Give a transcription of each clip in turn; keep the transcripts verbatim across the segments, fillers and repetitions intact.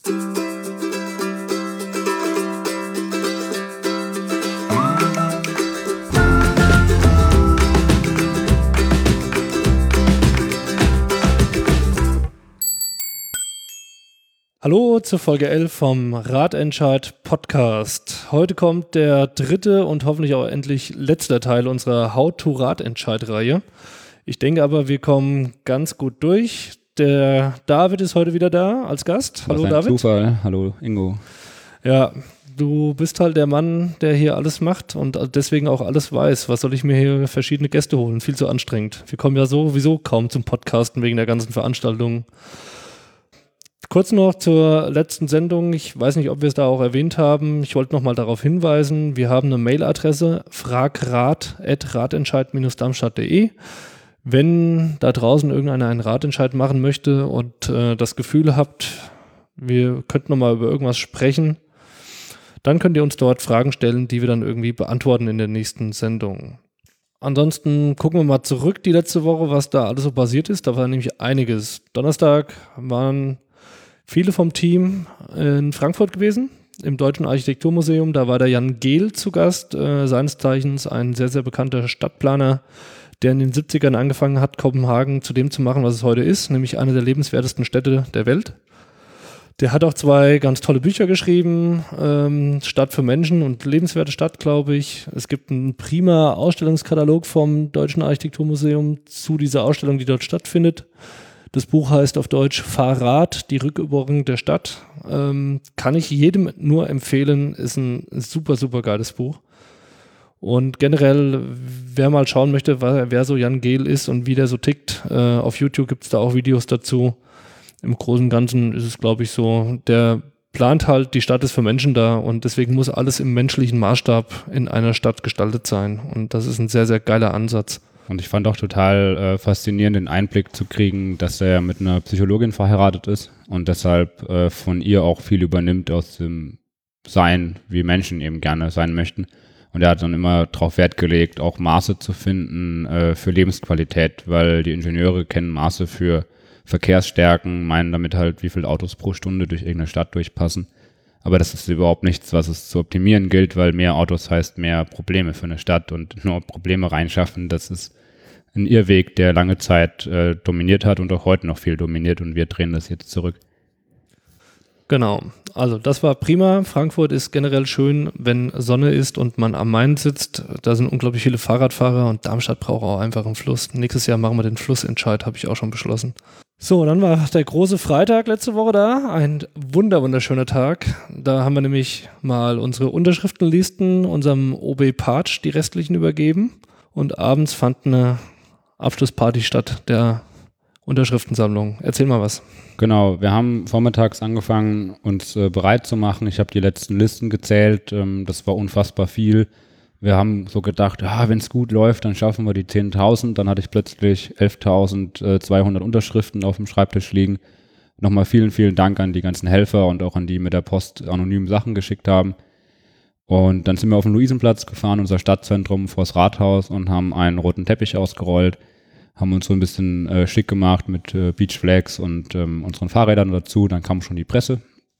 Hallo zur Folge elf vom Radentscheid Podcast. Heute kommt der dritte und hoffentlich auch endlich letzte Teil unserer How-to-Radentscheid-Reihe. Ich denke aber, wir kommen ganz gut durch. Der David ist heute wieder da als Gast. Hallo David. Zufall. Hallo Ingo. Ja, du bist halt der Mann, der hier alles macht und deswegen auch alles weiß. Was soll ich mir hier verschiedene Gäste holen? Viel zu anstrengend. Wir kommen ja sowieso kaum zum Podcasten wegen der ganzen Veranstaltungen. Kurz noch zur letzten Sendung. Ich weiß nicht, ob wir es da auch erwähnt haben. Ich wollte noch mal darauf hinweisen, wir haben eine Mailadresse fragrad at radentscheid darmstadt punkt de. Wenn da draußen irgendeiner einen Radentscheid machen möchte und äh, das Gefühl habt, wir könnten noch mal über irgendwas sprechen, dann könnt ihr uns dort Fragen stellen, die wir dann irgendwie beantworten in der nächsten Sendung. Ansonsten gucken wir mal zurück die letzte Woche, was da alles so passiert ist. Da war nämlich einiges. Donnerstag waren viele vom Team in Frankfurt gewesen, im Deutschen Architekturmuseum. Da war der Jan Gehl zu Gast, äh, seines Zeichens ein sehr, sehr bekannter Stadtplaner, der in den siebzigern angefangen hat, Kopenhagen zu dem zu machen, was es heute ist, nämlich eine der lebenswertesten Städte der Welt. Der hat auch zwei ganz tolle Bücher geschrieben, ähm, Stadt für Menschen und Lebenswerte Stadt, glaube ich. Es gibt einen prima Ausstellungskatalog vom Deutschen Architekturmuseum zu dieser Ausstellung, die dort stattfindet. Das Buch heißt auf Deutsch Fahrrad, die Rückeroberung der Stadt. Ähm, kann ich jedem nur empfehlen, ist ein super, super geiles Buch. Und generell, wer mal schauen möchte, wer so Jan Gehl ist und wie der so tickt, äh, auf YouTube gibt es da auch Videos dazu. Im Großen und Ganzen ist es, glaube ich, so, der plant halt, die Stadt ist für Menschen da und deswegen muss alles im menschlichen Maßstab in einer Stadt gestaltet sein. Und das ist ein sehr, sehr geiler Ansatz. Und ich fand auch total äh, faszinierend, den Einblick zu kriegen, dass er mit einer Psychologin verheiratet ist und deshalb äh, von ihr auch viel übernimmt aus dem Sein, wie Menschen eben gerne sein möchten. Und er hat dann immer darauf Wert gelegt, auch Maße zu finden äh, für Lebensqualität, weil die Ingenieure kennen Maße für Verkehrsstärken, meinen damit halt, wie viele Autos pro Stunde durch irgendeine Stadt durchpassen. Aber das ist überhaupt nichts, was es zu optimieren gilt, weil mehr Autos heißt mehr Probleme für eine Stadt und nur Probleme reinschaffen, das ist ein Irrweg, der lange Zeit äh, dominiert hat und auch heute noch viel dominiert und wir drehen das jetzt zurück. Genau, also das war prima. Frankfurt ist generell schön, wenn Sonne ist und man am Main sitzt. Da sind unglaublich viele Fahrradfahrer und Darmstadt braucht auch einfach einen Fluss. Nächstes Jahr machen wir den Flussentscheid, habe ich auch schon beschlossen. So, dann war der große Freitag letzte Woche da, ein wunder wunderschöner Tag. Da haben wir nämlich mal unsere Unterschriftenlisten unserem O B Patsch, die restlichen, übergeben. Und abends fand eine Abschlussparty statt, der Unterschriftensammlung. Erzähl mal was. Genau, wir haben vormittags angefangen, uns äh, bereit zu machen. Ich habe die letzten Listen gezählt, ähm, das war unfassbar viel. Wir haben so gedacht, ja, wenn es gut läuft, dann schaffen wir die zehntausend. Dann hatte ich plötzlich elftausendzweihundert Unterschriften auf dem Schreibtisch liegen. Nochmal vielen, vielen Dank an die ganzen Helfer und auch an die mit der Post anonym Sachen geschickt haben. Und dann sind wir auf den Luisenplatz gefahren, unser Stadtzentrum, vors Rathaus und haben einen roten Teppich ausgerollt, haben uns so ein bisschen äh, schick gemacht mit äh, Beachflags und ähm, unseren Fahrrädern dazu. Dann kam schon die Presse.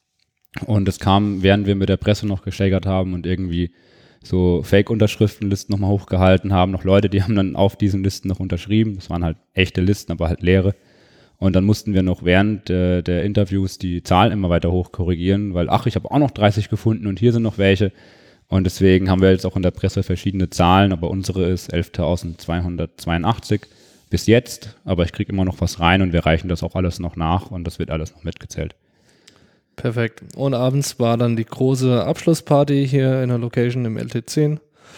Und es kam, während wir mit der Presse noch geschägert haben und irgendwie so Fake-Unterschriftenlisten nochmal hochgehalten haben, noch Leute, die haben dann auf diesen Listen noch unterschrieben. Das waren halt echte Listen, aber halt leere. Und dann mussten wir noch während äh, der Interviews die Zahlen immer weiter hoch korrigieren, weil, ach, ich habe auch noch dreißig gefunden und hier sind noch welche. Und deswegen haben wir jetzt auch in der Presse verschiedene Zahlen, aber unsere ist elftausendzweihundertzweiundachtzig bis jetzt. Aber ich kriege immer noch was rein und wir reichen das auch alles noch nach und das wird alles noch mitgezählt. Perfekt. Und abends war dann die große Abschlussparty hier in der Location im L T zehn.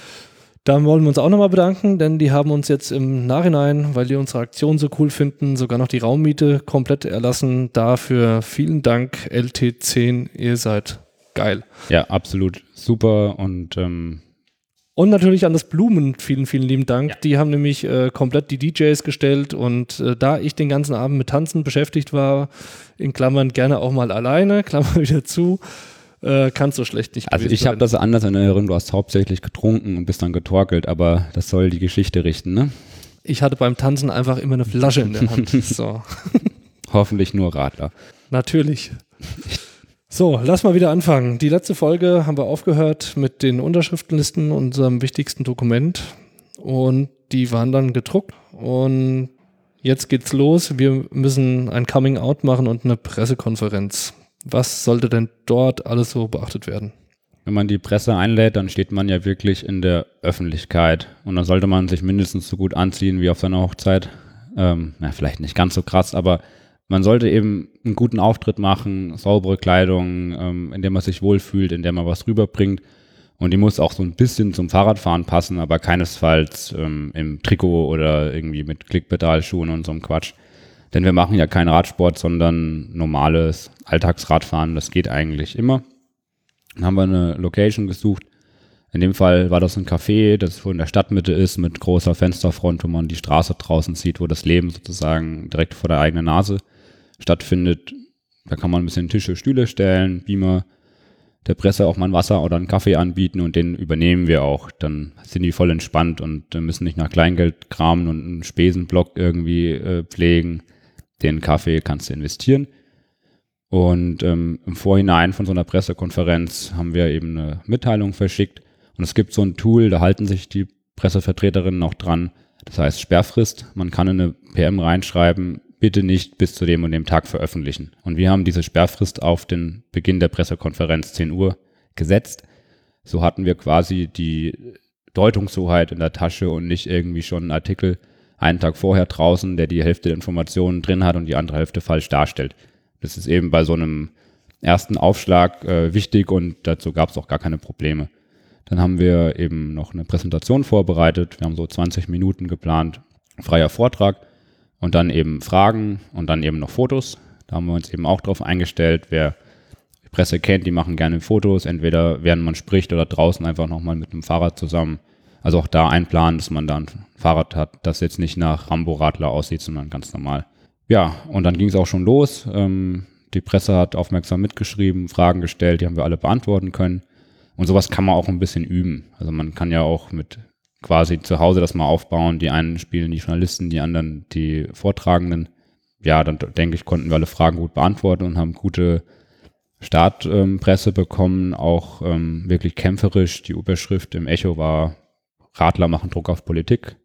Da wollen wir uns auch nochmal bedanken, denn die haben uns jetzt im Nachhinein, weil die unsere Aktion so cool finden, sogar noch die Raummiete komplett erlassen. Dafür vielen Dank, L T zehn, ihr seid geil. Ja, absolut super und ähm Und natürlich an das Blumen, vielen, vielen lieben Dank. Ja. Die haben nämlich äh, komplett die D Js gestellt und äh, da ich den ganzen Abend mit Tanzen beschäftigt war, in Klammern gerne auch mal alleine, Klammer wieder zu, äh, kann es so schlecht nicht Also ich habe das anders in Erinnerung, du hast hauptsächlich getrunken und bist dann getorkelt, aber das soll die Geschichte richten, ne? Ich hatte beim Tanzen einfach immer eine Flasche in der Hand. So. Hoffentlich nur Radler. Natürlich. So, lass mal wieder anfangen. Die letzte Folge haben wir aufgehört mit den Unterschriftenlisten, unserem wichtigsten Dokument. Und die waren dann gedruckt. Und jetzt geht's los. Wir müssen ein Coming Out machen und eine Pressekonferenz. Was sollte denn dort alles so beachtet werden? Wenn man die Presse einlädt, dann steht man ja wirklich in der Öffentlichkeit. Und dann sollte man sich mindestens so gut anziehen wie auf seiner Hochzeit. Ähm, na, vielleicht nicht ganz so krass, aber man sollte eben einen guten Auftritt machen, saubere Kleidung, ähm, in der man sich wohlfühlt, in der man was rüberbringt. Und die muss auch so ein bisschen zum Fahrradfahren passen, aber keinesfalls ähm, im Trikot oder irgendwie mit Klickpedalschuhen und so einem Quatsch. Denn wir machen ja keinen Radsport, sondern normales Alltagsradfahren. Das geht eigentlich immer. Dann haben wir eine Location gesucht. In dem Fall war das ein Café, das so in der Stadtmitte ist, mit großer Fensterfront, wo man die Straße draußen sieht, wo das Leben sozusagen direkt vor der eigenen Nase stattfindet. Da kann man ein bisschen Tische, Stühle stellen, Beamer, der Presse auch mal ein Wasser oder einen Kaffee anbieten und den übernehmen wir auch. Dann sind die voll entspannt und müssen nicht nach Kleingeld kramen und einen Spesenblock irgendwie äh, pflegen. Den Kaffee kannst du investieren. Und ähm, im Vorhinein von so einer Pressekonferenz haben wir eben eine Mitteilung verschickt. Und es gibt so ein Tool, da halten sich die Pressevertreterinnen noch dran. Das heißt Sperrfrist. Man kann in eine P M reinschreiben, bitte nicht bis zu dem und dem Tag veröffentlichen. Und wir haben diese Sperrfrist auf den Beginn der Pressekonferenz zehn Uhr gesetzt. So hatten wir quasi die Deutungshoheit in der Tasche und nicht irgendwie schon einen Artikel einen Tag vorher draußen, der die Hälfte der Informationen drin hat und die andere Hälfte falsch darstellt. Das ist eben bei so einem ersten Aufschlag äh, wichtig und dazu gab es auch gar keine Probleme. Dann haben wir eben noch eine Präsentation vorbereitet. Wir haben so zwanzig Minuten geplant, freier Vortrag und dann eben Fragen und dann eben noch Fotos. Da haben wir uns eben auch drauf eingestellt. Wer die Presse kennt, die machen gerne Fotos, entweder während man spricht oder draußen einfach nochmal mit dem Fahrrad zusammen. Also auch da einplanen, dass man da ein Fahrrad hat, das jetzt nicht nach Rambo-Radler aussieht, sondern ganz normal. Ja, und dann ging es auch schon los. Ähm, die Presse hat aufmerksam mitgeschrieben, Fragen gestellt, die haben wir alle beantworten können. Und sowas kann man auch ein bisschen üben. Also man kann ja auch mit quasi zu Hause das mal aufbauen. Die einen spielen die Journalisten, die anderen die Vortragenden. Ja, dann denke ich, konnten wir alle Fragen gut beantworten und haben gute Startpresse ähm, bekommen. Auch ähm, wirklich kämpferisch. Die Überschrift im Echo war Radler machen Druck auf Politik.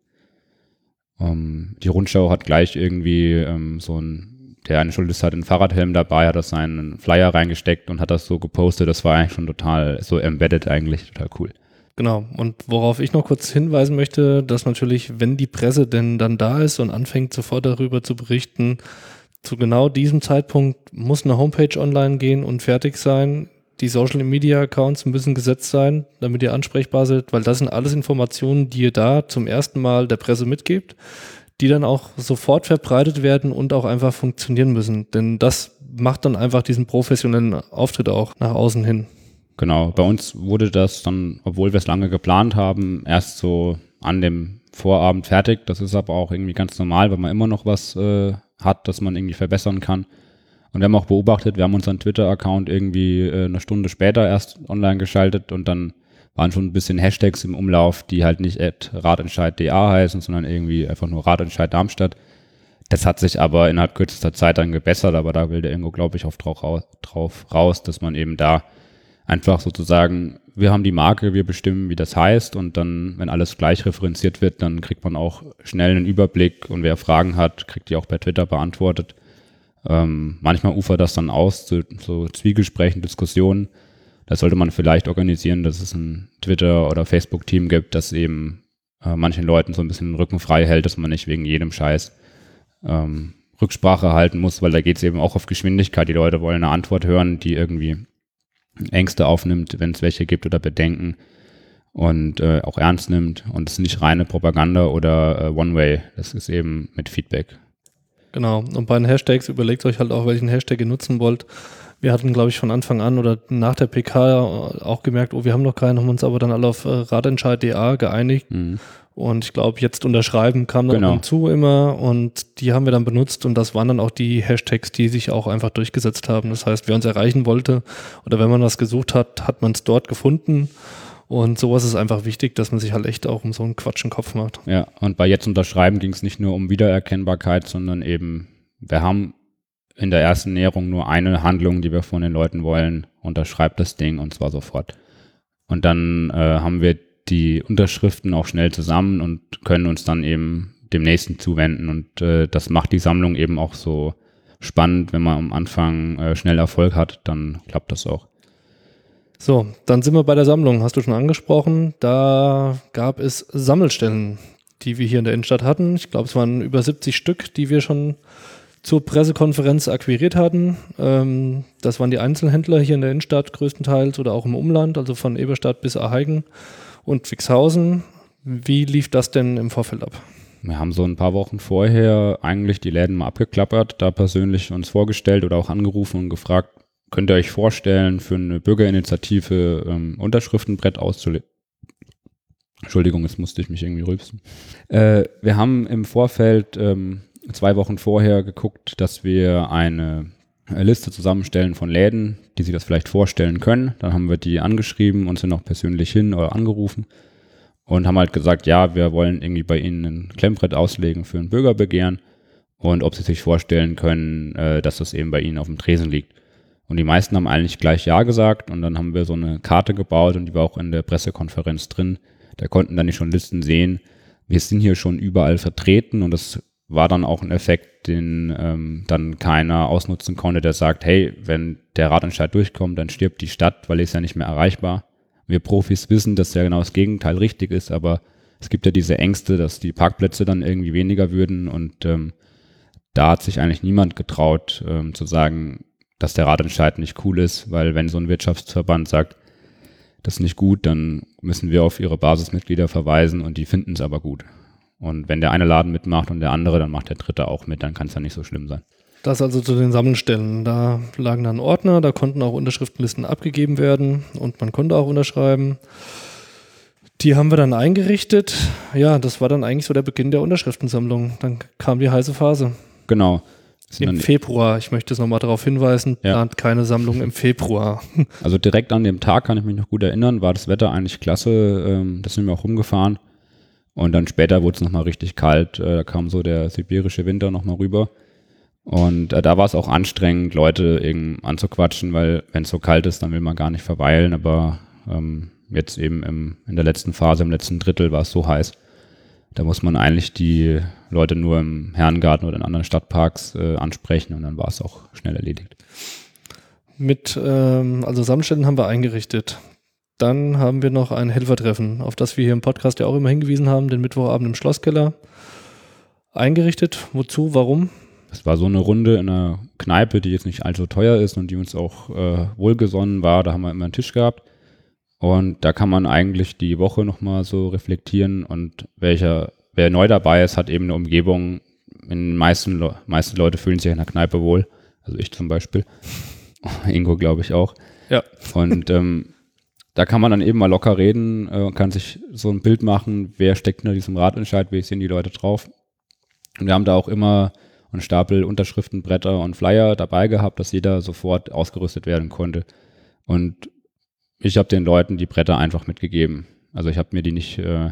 Um, die Rundschau hat gleich irgendwie ähm, so ein, der eine Journalist hat einen Fahrradhelm dabei, hat das seinen Flyer reingesteckt und hat das so gepostet. Das war eigentlich schon total so embedded eigentlich, total cool. Genau, und worauf ich noch kurz hinweisen möchte, dass natürlich, wenn die Presse denn dann da ist und anfängt sofort darüber zu berichten, zu genau diesem Zeitpunkt muss eine Homepage online gehen und fertig sein. Die Social-Media-Accounts müssen gesetzt sein, damit ihr ansprechbar seid, weil das sind alles Informationen, die ihr da zum ersten Mal der Presse mitgebt, die dann auch sofort verbreitet werden und auch einfach funktionieren müssen. Denn das macht dann einfach diesen professionellen Auftritt auch nach außen hin. Genau, bei uns wurde das dann, obwohl wir es lange geplant haben, erst so an dem Vorabend fertig. Das ist aber auch irgendwie ganz normal, weil man immer noch was äh, hat, das man irgendwie verbessern kann. Und wir haben auch beobachtet, wir haben unseren Twitter-Account irgendwie äh, eine Stunde später erst online geschaltet und dann waren schon ein bisschen Hashtags im Umlauf, die halt nicht at radentscheid.da heißen, sondern irgendwie einfach nur Radentscheid Darmstadt. Das hat sich aber innerhalb kürzester Zeit dann gebessert, aber da will der Ingo, glaube ich, oft drauf raus, drauf raus, dass man eben da einfach sozusagen, wir haben die Marke, wir bestimmen, wie das heißt und dann, wenn alles gleich referenziert wird, dann kriegt man auch schnell einen Überblick und wer Fragen hat, kriegt die auch per Twitter beantwortet. Ähm, manchmal ufert das dann aus zu so Zwiegesprächen, Diskussionen. Da sollte man vielleicht organisieren, dass es ein Twitter- oder Facebook-Team gibt, das eben äh, manchen Leuten so ein bisschen den Rücken frei hält, dass man nicht wegen jedem Scheiß ähm, Rücksprache halten muss, weil da geht es eben auch auf Geschwindigkeit. Die Leute wollen eine Antwort hören, die irgendwie Ängste aufnimmt, wenn es welche gibt oder Bedenken und äh, auch ernst nimmt. Und es ist nicht reine Propaganda oder äh, One-Way. Das ist eben mit Feedback. Genau, und bei den Hashtags überlegt euch halt auch, welchen Hashtag ihr nutzen wollt. Wir hatten, glaube ich, von Anfang an oder nach der P K auch gemerkt, oh, wir haben noch keinen, haben uns aber dann alle auf äh, radentscheid.da geeinigt. Mhm. Und ich glaube, jetzt unterschreiben kam dann genau. hinzu immer und die haben wir dann benutzt und das waren dann auch die Hashtags, die sich auch einfach durchgesetzt haben. Das heißt, wer uns erreichen wollte oder wenn man was gesucht hat, hat man es dort gefunden. Und sowas ist einfach wichtig, dass man sich halt echt auch um so einen Quatsch im Kopf macht. Ja, und bei Jetzt unterschreiben ging es nicht nur um Wiedererkennbarkeit, sondern eben, wir haben in der ersten Näherung nur eine Handlung, die wir von den Leuten wollen, unterschreibt das Ding und zwar sofort. Und dann äh, haben wir die Unterschriften auch schnell zusammen und können uns dann eben dem Nächsten zuwenden. Und äh, das macht die Sammlung eben auch so spannend. Wenn man am Anfang äh, schnell Erfolg hat, dann klappt das auch. So, dann sind wir bei der Sammlung, hast du schon angesprochen. Da gab es Sammelstellen, die wir hier in der Innenstadt hatten. Ich glaube, es waren über siebzig Stück, die wir schon zur Pressekonferenz akquiriert hatten. Ähm, das waren die Einzelhändler hier in der Innenstadt größtenteils oder auch im Umland, also von Eberstadt bis Aheigen und Wixhausen. Wie lief das denn im Vorfeld ab? Wir haben so ein paar Wochen vorher eigentlich die Läden mal abgeklappert, da persönlich uns vorgestellt oder auch angerufen und gefragt, könnt ihr euch vorstellen, für eine Bürgerinitiative ähm, Unterschriftenbrett auszulegen? Entschuldigung, jetzt musste ich mich irgendwie rülpsen. Äh, wir haben im Vorfeld ähm, zwei Wochen vorher geguckt, dass wir eine Liste zusammenstellen von Läden, die sich das vielleicht vorstellen können. Dann haben wir die angeschrieben und sind auch persönlich hin oder angerufen und haben halt gesagt, ja, wir wollen irgendwie bei Ihnen ein Klemmbrett auslegen für ein Bürgerbegehren und ob Sie sich vorstellen können, äh, dass das eben bei Ihnen auf dem Tresen liegt. Und die meisten haben eigentlich gleich Ja gesagt und dann haben wir so eine Karte gebaut und die war auch in der Pressekonferenz drin. Da konnten dann die Journalisten sehen, wir sind hier schon überall vertreten und das war dann auch ein Effekt, den ähm, dann keiner ausnutzen konnte, der sagt, hey, wenn der Ratentscheid durchkommt, dann stirbt die Stadt, weil ist ja nicht mehr erreichbar. Wir Profis wissen, dass ja genau das Gegenteil richtig ist, aber es gibt ja diese Ängste, dass die Parkplätze dann irgendwie weniger würden und ähm, da hat sich eigentlich niemand getraut ähm, zu sagen, dass der Ratentscheid nicht cool ist, weil wenn so ein Wirtschaftsverband sagt, das ist nicht gut, dann müssen wir auf ihre Basismitglieder verweisen und die finden es aber gut. Und wenn der eine Laden mitmacht und der andere, dann macht der dritte auch mit, dann kann es ja nicht so schlimm sein. Das also zu den Sammelstellen. Da lagen dann Ordner, da konnten auch Unterschriftenlisten abgegeben werden und man konnte auch unterschreiben. Die haben wir dann eingerichtet. Ja, das war dann eigentlich so der Beginn der Unterschriftensammlung. Dann kam die heiße Phase. Genau. Im Februar, ich möchte es nochmal darauf hinweisen, ja. plant keine Sammlung im Februar. Also direkt an dem Tag, kann ich mich noch gut erinnern, war das Wetter eigentlich klasse, da sind wir auch rumgefahren und dann später wurde es nochmal richtig kalt, da kam so der sibirische Winter nochmal rüber und da war es auch anstrengend, Leute eben anzuquatschen, weil wenn es so kalt ist, dann will man gar nicht verweilen, aber ähm, jetzt eben im, in der letzten Phase, im letzten Drittel war es so heiß. Da muss man eigentlich die Leute nur im Herrengarten oder in anderen Stadtparks äh, ansprechen und dann war es auch schnell erledigt. Mit, ähm, also Sammelstellen haben wir eingerichtet. Dann haben wir noch ein Helfertreffen, auf das wir hier im Podcast ja auch immer hingewiesen haben, den Mittwochabend im Schlosskeller. Eingerichtet. Wozu? Warum? Es war so eine Runde in einer Kneipe, die jetzt nicht allzu teuer ist und die uns auch äh, wohlgesonnen war. Da haben wir immer einen Tisch gehabt. Und da kann man eigentlich die Woche nochmal so reflektieren und welcher, wer neu dabei ist, hat eben eine Umgebung. In den meisten, Le- meisten Leute fühlen sich in der Kneipe wohl. Also ich zum Beispiel. Ingo glaube ich auch. Ja. Und ähm, da kann man dann eben mal locker reden und äh, kann sich so ein Bild machen, wer steckt hinter diesem Ratentscheid, wie sehen die Leute drauf. Und wir haben da auch immer einen Stapel Unterschriftenbretter und Flyer dabei gehabt, dass jeder sofort ausgerüstet werden konnte. Und ich habe den Leuten die Bretter einfach mitgegeben. Also ich habe mir die nicht äh,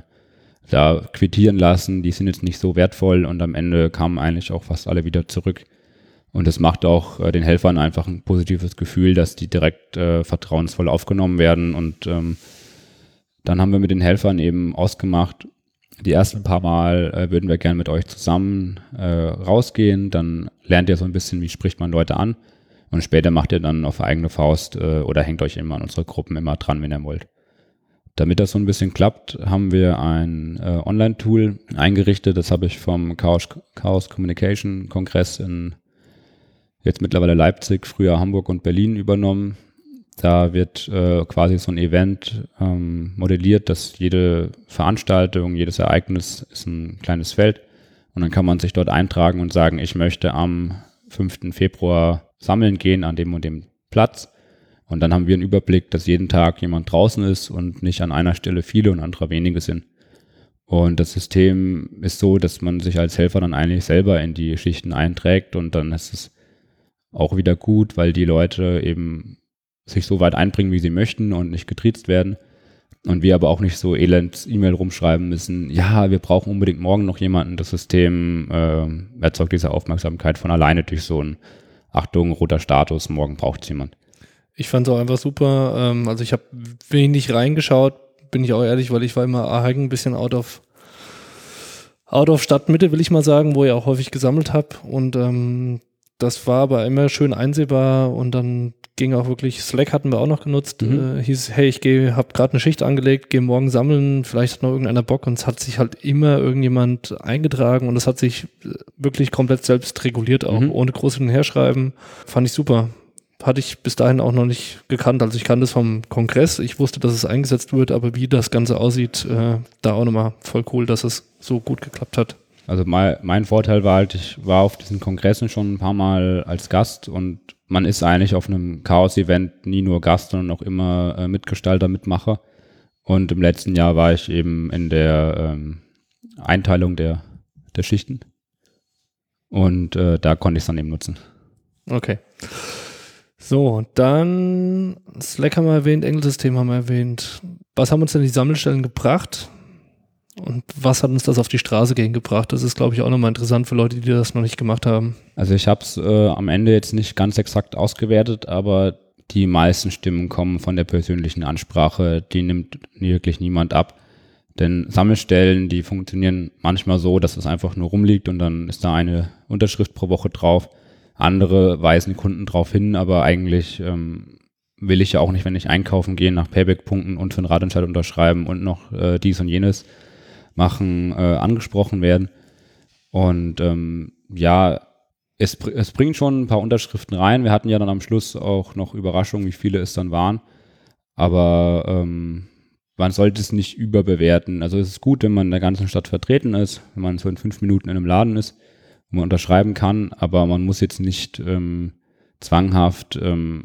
da quittieren lassen, die sind jetzt nicht so wertvoll und am Ende kamen eigentlich auch fast alle wieder zurück. Und das macht auch äh, den Helfern einfach ein positives Gefühl, dass die direkt äh, vertrauensvoll aufgenommen werden. Und ähm, dann haben wir mit den Helfern eben ausgemacht, die ersten paar Mal äh, würden wir gerne mit euch zusammen äh, rausgehen, dann lernt ihr so ein bisschen, wie spricht man Leute an. Und später macht ihr dann auf eigene Faust äh, oder hängt euch immer an unsere Gruppen immer dran, wenn ihr wollt. Damit das so ein bisschen klappt, haben wir ein äh, Online-Tool eingerichtet. Das habe ich vom Chaos, Chaos Communication Kongress in jetzt mittlerweile Leipzig, früher Hamburg und Berlin übernommen. Da wird äh, quasi so ein Event ähm, modelliert, dass jede Veranstaltung, jedes Ereignis ist ein kleines Feld. Und dann kann man sich dort eintragen und sagen, ich möchte am fünften Februar sammeln gehen an dem und dem Platz. Und dann haben wir einen Überblick, dass jeden Tag jemand draußen ist und nicht an einer Stelle viele und andere wenige sind. Und das System ist so, dass man sich als Helfer dann eigentlich selber in die Schichten einträgt und dann ist es auch wieder gut, weil die Leute eben sich so weit einbringen, wie sie möchten und nicht getriezt werden. Und wir aber auch nicht so elend E-Mail rumschreiben müssen, ja, wir brauchen unbedingt morgen noch jemanden. Das System äh, erzeugt diese Aufmerksamkeit von alleine durch so ein Achtung, roter Status, morgen braucht es jemand. Ich fand es auch einfach super. Ähm, also ich habe wenig reingeschaut, bin ich auch ehrlich, weil ich war immer Aheigen ein bisschen out of, out of Stadtmitte, will ich mal sagen, wo ich auch häufig gesammelt habe. Und ähm, das war aber immer schön einsehbar und dann ging auch wirklich, Slack hatten wir auch noch genutzt, mhm. äh, hieß, hey, ich gehe, habe gerade eine Schicht angelegt, gehe morgen sammeln, vielleicht hat noch irgendeiner Bock und es hat sich halt immer irgendjemand eingetragen und es hat sich wirklich komplett selbst reguliert, auch mhm. ohne groß hin und her schreiben. Fand ich super. Hatte ich bis dahin auch noch nicht gekannt, also ich kannte es vom Kongress, ich wusste, dass es eingesetzt wird, aber wie das Ganze aussieht, äh, da auch nochmal voll cool, dass es so gut geklappt hat. Also mein, mein Vorteil war halt, ich war auf diesen Kongressen schon ein paar Mal als Gast und man ist eigentlich auf einem Chaos-Event nie nur Gast, sondern auch immer äh, Mitgestalter, Mitmacher. Und im letzten Jahr war ich eben in der ähm, Einteilung der, der Schichten und äh, da konnte ich es dann eben nutzen. Okay. So, dann Slack haben wir erwähnt, Engelsystem haben wir erwähnt. Was haben uns denn die Sammelstellen gebracht? Und was hat uns das auf die Straße gehen gebracht? Das ist, glaube ich, auch nochmal interessant für Leute, die das noch nicht gemacht haben. Also ich habe es äh, am Ende jetzt nicht ganz exakt ausgewertet, aber die meisten Stimmen kommen von der persönlichen Ansprache. Die nimmt wirklich niemand ab. Denn Sammelstellen, die funktionieren manchmal so, dass es einfach nur rumliegt und dann ist da eine Unterschrift pro Woche drauf. Andere weisen die Kunden drauf hin, aber eigentlich ähm, will ich ja auch nicht, wenn ich einkaufen gehe, nach Payback-Punkten und für einen Ratentscheid unterschreiben und noch äh, dies und jenes machen, äh, angesprochen werden. Und ähm, ja, es, es bringt schon ein paar Unterschriften rein. Wir hatten ja dann am Schluss auch noch Überraschungen, wie viele es dann waren. Aber ähm, man sollte es nicht überbewerten. Also es ist gut, wenn man in der ganzen Stadt vertreten ist, wenn man so in fünf Minuten in einem Laden ist, wo man unterschreiben kann, aber man muss jetzt nicht ähm, zwanghaft ähm,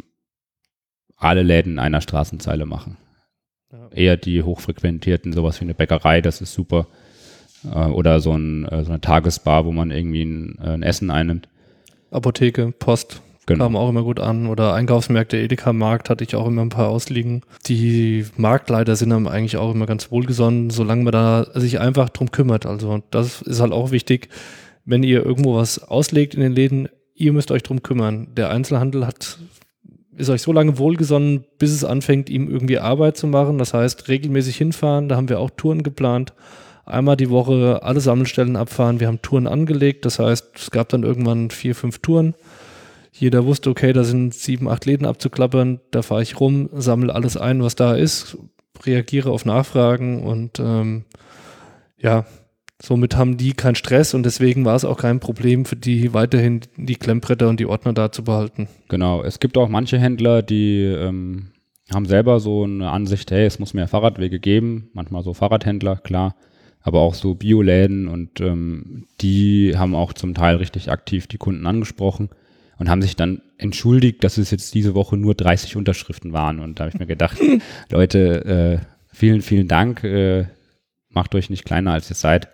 alle Läden in einer Straßenzeile machen. Ja. Eher die hochfrequentierten, sowas wie eine Bäckerei, das ist super. Äh, oder so, ein, äh, so eine Tagesbar, wo man irgendwie ein, äh, ein Essen einnimmt. Apotheke, Post, genau. Kam auch immer gut an. Oder Einkaufsmärkte, Edeka-Markt hatte ich auch immer ein paar ausliegen. Die Marktleiter sind dann eigentlich auch immer ganz wohlgesonnen, solange man da sich einfach drum kümmert. Also das ist halt auch wichtig, wenn ihr irgendwo was auslegt in den Läden, ihr müsst euch drum kümmern. Der Einzelhandel hat ist euch so lange wohlgesonnen, bis es anfängt, ihm irgendwie Arbeit zu machen. Das heißt, regelmäßig hinfahren. Da haben wir auch Touren geplant. Einmal die Woche alle Sammelstellen abfahren. Wir haben Touren angelegt. Das heißt, es gab dann irgendwann vier, fünf Touren. Jeder wusste, okay, da sind sieben, acht Läden abzuklappern. Da fahre ich rum, sammle alles ein, was da ist, reagiere auf Nachfragen und ähm, ja, somit haben die keinen Stress und deswegen war es auch kein Problem für die, weiterhin die Klemmbretter und die Ordner da zu behalten. Genau, es gibt auch manche Händler, die ähm, haben selber so eine Ansicht, hey, es muss mehr Fahrradwege geben, manchmal so Fahrradhändler, klar, aber auch so Bioläden und ähm, die haben auch zum Teil richtig aktiv die Kunden angesprochen und haben sich dann entschuldigt, dass es jetzt diese Woche nur dreißig Unterschriften waren und da habe ich mir gedacht, Leute, äh, vielen, vielen Dank, äh, macht euch nicht kleiner, als ihr seid.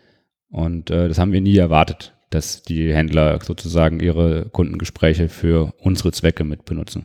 Und äh, das haben wir nie erwartet, dass die Händler sozusagen ihre Kundengespräche für unsere Zwecke mit benutzen.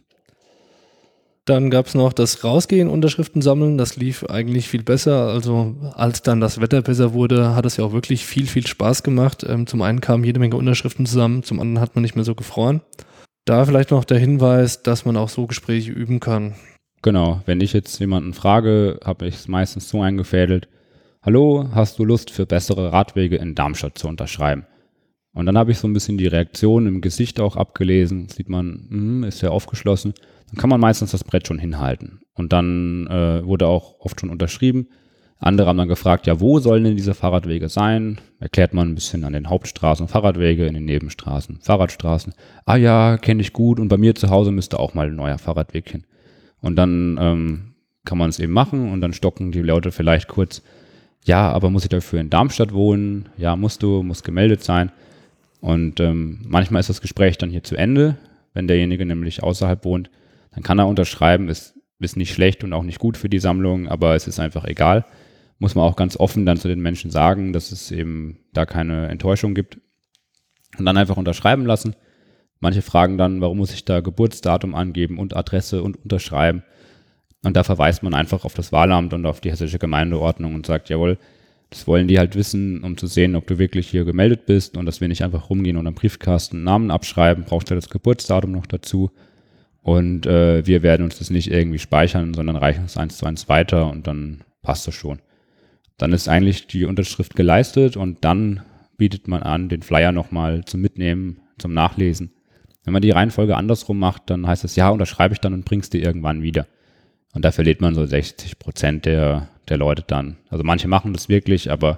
Dann gab es noch das Rausgehen, Unterschriften sammeln. Das lief eigentlich viel besser. Also als dann das Wetter besser wurde, hat es ja auch wirklich viel, viel Spaß gemacht. Ähm, zum einen kamen jede Menge Unterschriften zusammen, zum anderen hat man nicht mehr so gefroren. Da vielleicht noch der Hinweis, dass man auch so Gespräche üben kann. Genau, wenn ich jetzt jemanden frage, habe ich es meistens so eingefädelt: Hallo, hast du Lust für bessere Radwege in Darmstadt zu unterschreiben? Und dann habe ich so ein bisschen die Reaktion im Gesicht auch abgelesen. Sieht man, mh, ist sehr aufgeschlossen. Dann kann man meistens das Brett schon hinhalten. Und dann äh, wurde auch oft schon unterschrieben. Andere haben dann gefragt, ja, wo sollen denn diese Fahrradwege sein? Erklärt man ein bisschen an den Hauptstraßen Fahrradwege, in den Nebenstraßen Fahrradstraßen. Ah ja, kenne ich gut und bei mir zu Hause müsste auch mal ein neuer Fahrradweg hin. Und dann ähm, kann man es eben machen und dann stocken die Leute vielleicht kurz: Ja, aber muss ich dafür in Darmstadt wohnen? Ja, musst du, muss gemeldet sein. Und ähm, manchmal ist das Gespräch dann hier zu Ende, wenn derjenige nämlich außerhalb wohnt. Dann kann er unterschreiben, ist, ist nicht schlecht und auch nicht gut für die Sammlung, aber es ist einfach egal. Muss man auch ganz offen dann zu den Menschen sagen, dass es eben da keine Enttäuschung gibt. Und dann einfach unterschreiben lassen. Manche fragen dann, warum muss ich da Geburtsdatum angeben und Adresse und unterschreiben? Und da verweist man einfach auf das Wahlamt und auf die hessische Gemeindeordnung und sagt, jawohl, Das wollen die halt wissen, um zu sehen, ob du wirklich hier gemeldet bist und dass wir nicht einfach rumgehen und am Briefkasten einen Namen abschreiben, brauchst du das Geburtsdatum noch dazu. Und äh, wir werden uns das nicht irgendwie speichern, sondern reichen es eins zu eins weiter und dann passt das schon. Dann ist eigentlich die Unterschrift geleistet und dann bietet man an, den Flyer nochmal zum Mitnehmen, zum Nachlesen. Wenn man die Reihenfolge andersrum macht, dann heißt es, ja, unterschreibe ich dann und bringst die irgendwann wieder. Und da verliert man so sechzig Prozent der, der Leute dann. Also manche machen das wirklich, aber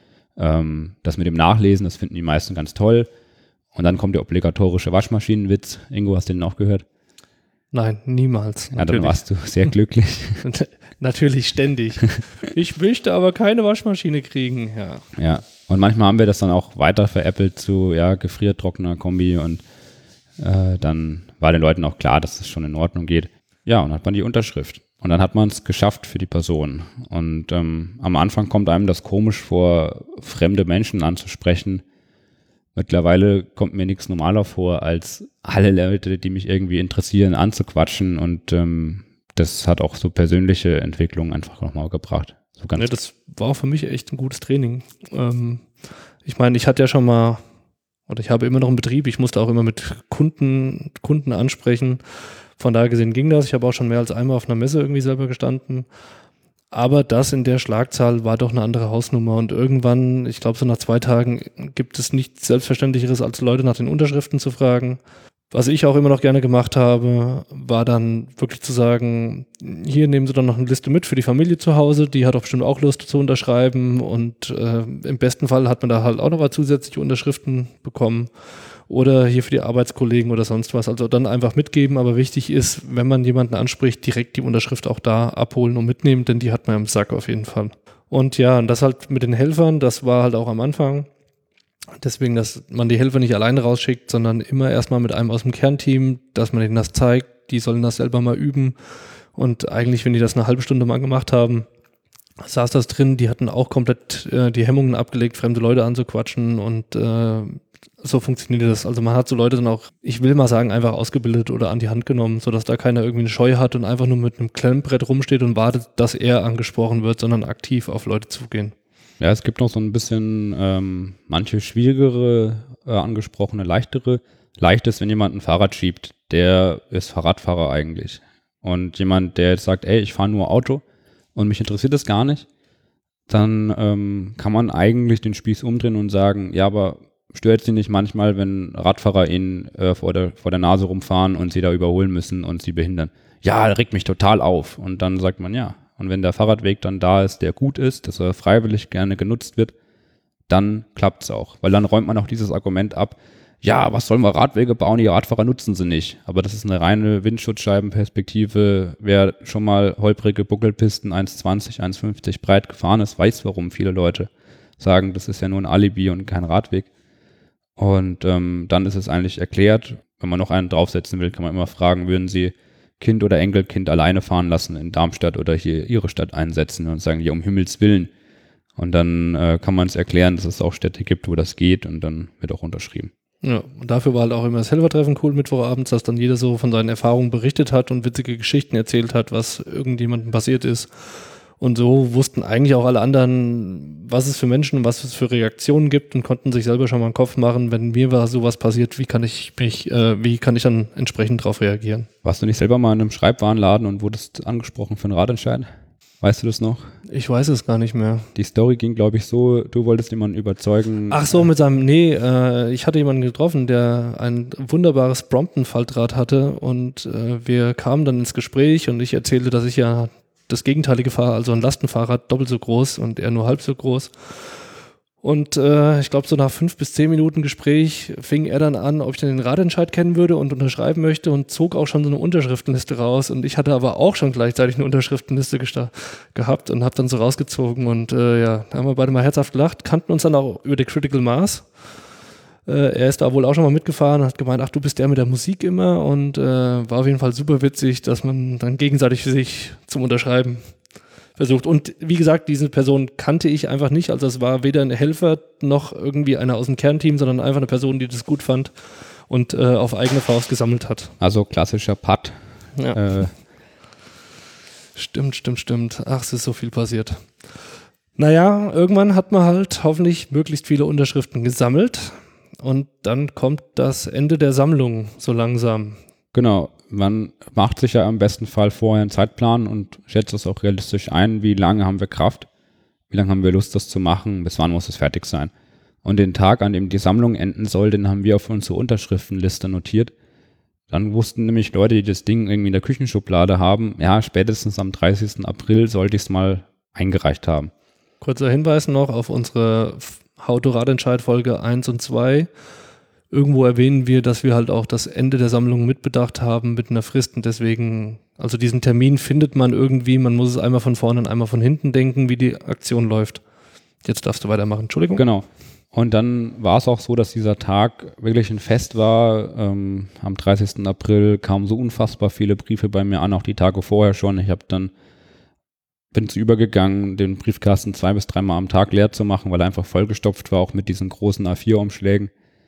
ähm, das mit dem Nachlesen, das finden die meisten ganz toll. Und dann kommt der obligatorische Waschmaschinenwitz. Ingo, hast du den auch gehört? Nein, niemals. Ja, dann warst du sehr glücklich. Natürlich ständig. Ich möchte aber keine Waschmaschine kriegen, ja. Ja, und manchmal haben wir das dann auch weiter veräppelt zu, ja, Gefriertrockner, Kombi und äh, dann war den Leuten auch klar, dass es schon in Ordnung geht. Ja, und dann hat man die Unterschrift. Und dann hat man es geschafft für die Person. Und ähm, am Anfang kommt einem das komisch vor, fremde Menschen anzusprechen. Mittlerweile kommt mir nichts normaler vor, als alle Leute, die mich irgendwie interessieren, anzuquatschen. Und ähm, das hat auch so persönliche Entwicklungen einfach nochmal gebracht. So ganz ja, das war auch für mich echt ein gutes Training. Ähm, ich meine, ich hatte ja schon mal, oder ich habe immer noch einen Betrieb, ich musste auch immer mit Kunden, Kunden ansprechen. Von daher gesehen ging das. Ich habe auch schon mehr als einmal auf einer Messe irgendwie selber gestanden. Aber das in der Schlagzahl war doch eine andere Hausnummer. Und irgendwann, ich glaube so nach zwei Tagen, gibt es nichts Selbstverständlicheres, als Leute nach den Unterschriften zu fragen. Was ich auch immer noch gerne gemacht habe, war dann wirklich zu sagen, hier nehmen Sie dann noch eine Liste mit für die Familie zu Hause. Die hat doch bestimmt auch Lust zu unterschreiben. Und äh, im besten Fall hat man da halt auch noch mal zusätzliche Unterschriften bekommen. Oder hier für die Arbeitskollegen oder sonst was. Also dann einfach mitgeben. Aber wichtig ist, wenn man jemanden anspricht, direkt die Unterschrift auch da abholen und mitnehmen, denn die hat man im Sack auf jeden Fall. Und ja, und das halt mit den Helfern, das war halt auch am Anfang. Deswegen, dass man die Helfer nicht alleine rausschickt, sondern immer erstmal mit einem aus dem Kernteam, dass man denen das zeigt. Die sollen das selber mal üben. Und eigentlich, wenn die das eine halbe Stunde mal gemacht haben, saß das drin. Die hatten auch komplett äh, die Hemmungen abgelegt, fremde Leute anzuquatschen und äh, so funktioniert das. Also man hat so Leute dann auch, ich will mal sagen, einfach ausgebildet oder an die Hand genommen, sodass da keiner irgendwie eine Scheu hat und einfach nur mit einem Klemmbrett rumsteht und wartet, dass er angesprochen wird, sondern aktiv auf Leute zugehen. Ja, es gibt noch so ein bisschen ähm, manche schwierigere äh, angesprochene, leichtere. Leicht ist, wenn jemand ein Fahrrad schiebt, der ist Fahrradfahrer eigentlich. Und jemand, der jetzt sagt, ey, ich fahre nur Auto und mich interessiert das gar nicht, dann ähm, kann man eigentlich den Spieß umdrehen und sagen, ja, aber stört Sie nicht manchmal, wenn Radfahrer Ihnen äh, vor, der, vor der Nase rumfahren und Sie da überholen müssen und Sie behindern? Ja, das regt mich total auf. Und dann sagt man, ja. Und wenn der Fahrradweg dann da ist, der gut ist, dass er freiwillig gerne genutzt wird, dann klappt's auch. Weil dann räumt man auch dieses Argument ab, ja, was sollen wir Radwege bauen, die Radfahrer nutzen sie nicht. Aber das ist eine reine Windschutzscheibenperspektive. Wer schon mal holprige Buckelpisten eins zwanzig, eins fünfzig breit gefahren ist, weiß, warum viele Leute sagen, das ist ja nur ein Alibi und kein Radweg. Und ähm, dann ist es eigentlich erklärt. Wenn man noch einen draufsetzen will, kann man immer fragen, würden Sie Kind oder Enkelkind alleine fahren lassen in Darmstadt oder hier Ihre Stadt einsetzen und sagen, ja, um Himmels Willen. Und dann äh, kann man es erklären, dass es auch Städte gibt, wo das geht und dann wird auch unterschrieben. Ja, und dafür war halt auch immer das Helfertreffen cool Mittwochabends, dass dann jeder so von seinen Erfahrungen berichtet hat und witzige Geschichten erzählt hat, was irgendjemandem passiert ist. Und so wussten eigentlich auch alle anderen, was es für Menschen und was es für Reaktionen gibt und konnten sich selber schon mal einen Kopf machen, wenn mir sowas passiert, wie kann ich mich, äh, wie kann ich dann entsprechend darauf reagieren. Warst du nicht selber mal in einem Schreibwarenladen und wurdest angesprochen für einen Radentscheid? Weißt du das noch? Ich weiß es gar nicht mehr. Die Story ging, glaube ich, so, du wolltest jemanden überzeugen. Ach so, mit seinem, nee, äh, ich hatte jemanden getroffen, der ein wunderbares Brompton-Faltrad hatte und äh, wir kamen dann ins Gespräch und ich erzählte, dass ich ja das Gegenteilige fahre, also ein Lastenfahrrad doppelt so groß und er nur halb so groß. Und äh, ich glaube, so nach fünf bis zehn Minuten Gespräch fing er dann an, ob ich denn den Radentscheid kennen würde und unterschreiben möchte und zog auch schon so eine Unterschriftenliste raus. Und ich hatte aber auch schon gleichzeitig eine Unterschriftenliste gesta- gehabt und habe dann so rausgezogen. Und äh, ja, da haben wir beide mal herzhaft gelacht, kannten uns dann auch über die Critical Mass. Äh, er ist da wohl auch schon mal mitgefahren und hat gemeint, ach, du bist der mit der Musik immer. Und äh, war auf jeden Fall super witzig, dass man dann gegenseitig sich zum Unterschreiben versucht. Und wie gesagt, diese Person kannte ich einfach nicht. Also es war weder ein Helfer noch irgendwie einer aus dem Kernteam, sondern einfach eine Person, die das gut fand und äh, auf eigene Faust gesammelt hat. Also klassischer Putt. Ja. Äh. Stimmt, stimmt, stimmt. Ach, es ist so viel passiert. Naja, irgendwann hat man halt hoffentlich möglichst viele Unterschriften gesammelt und dann kommt das Ende der Sammlung so langsam. Genau, man macht sich ja im besten Fall vorher einen Zeitplan und schätzt es auch realistisch ein, wie lange haben wir Kraft, wie lange haben wir Lust, das zu machen, bis wann muss es fertig sein. Und den Tag, an dem die Sammlung enden soll, den haben wir auf unsere Unterschriftenliste notiert. Dann wussten nämlich Leute, die das Ding irgendwie in der Küchenschublade haben, ja, spätestens am dreißigsten April sollte ich es mal eingereicht haben. Kurzer Hinweis noch auf unsere How-to-Radentscheid-Folge eins und zwei. Irgendwo erwähnen wir, dass wir halt auch das Ende der Sammlung mitbedacht haben mit einer Frist und deswegen, also diesen Termin findet man irgendwie, man muss es einmal von vorne und einmal von hinten denken, wie die Aktion läuft. Jetzt darfst du weitermachen, Entschuldigung. Genau. Und dann war es auch so, dass dieser Tag wirklich ein Fest war. Ähm, am dreißigsten April kamen so unfassbar viele Briefe bei mir an, auch die Tage vorher schon. Ich habe dann bin zu übergegangen, den Briefkasten zwei bis dreimal am Tag leer zu machen, weil er einfach vollgestopft war, auch mit diesen großen A vier Umschlägen.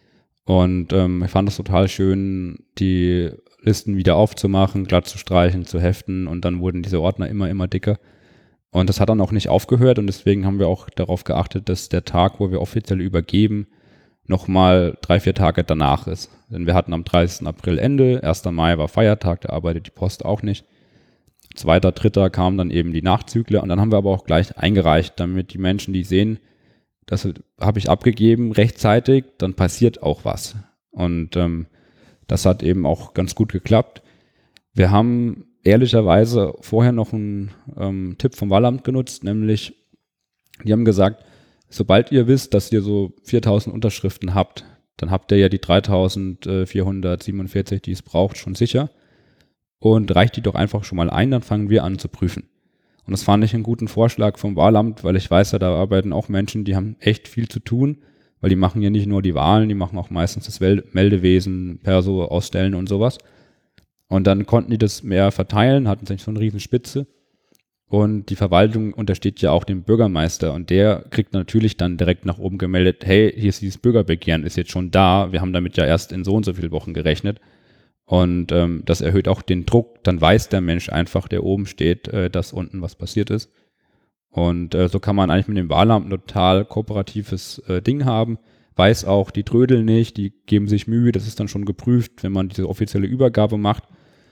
Und ähm, ich fand es total schön, die Listen wieder aufzumachen, glatt zu streichen, zu heften und dann wurden diese Ordner immer, immer dicker. Und das hat dann auch nicht aufgehört und deswegen haben wir auch darauf geachtet, dass der Tag, wo wir offiziell übergeben, nochmal drei, vier Tage danach ist. Denn wir hatten am dreißigsten April Ende, erster Mai war Feiertag, da arbeitet die Post auch nicht. Zweiter, dritter kamen dann eben die Nachzügler und dann haben wir aber auch gleich eingereicht, damit die Menschen, die sehen, das habe ich abgegeben rechtzeitig, dann passiert auch was. Und ähm, das hat eben auch ganz gut geklappt. Wir haben ehrlicherweise vorher noch einen ähm, Tipp vom Wahlamt genutzt, nämlich die haben gesagt, sobald ihr wisst, dass ihr so viertausend Unterschriften habt, dann habt ihr ja die dreitausendvierhundertsiebenundvierzig, die es braucht, schon sicher. Und reicht die doch einfach schon mal ein, dann fangen wir an zu prüfen. Und das fand ich einen guten Vorschlag vom Wahlamt, weil ich weiß ja, da arbeiten auch Menschen, die haben echt viel zu tun, weil die machen ja nicht nur die Wahlen, die machen auch meistens das Meldewesen, Perso ausstellen und sowas. Und dann konnten die das mehr verteilen, hatten sich so eine riesen Spitze. Und die Verwaltung untersteht ja auch dem Bürgermeister und der kriegt natürlich dann direkt nach oben gemeldet, hey, hier ist dieses Bürgerbegehren, ist jetzt schon da, wir haben damit ja erst in so und so vielen Wochen gerechnet. Und ähm, das erhöht auch den Druck, dann weiß der Mensch einfach, der oben steht, äh, dass unten was passiert ist. Und äh, so kann man eigentlich mit dem Wahlamt ein total kooperatives äh, Ding haben, weiß auch, die trödeln nicht, die geben sich Mühe, das ist dann schon geprüft, wenn man diese offizielle Übergabe macht.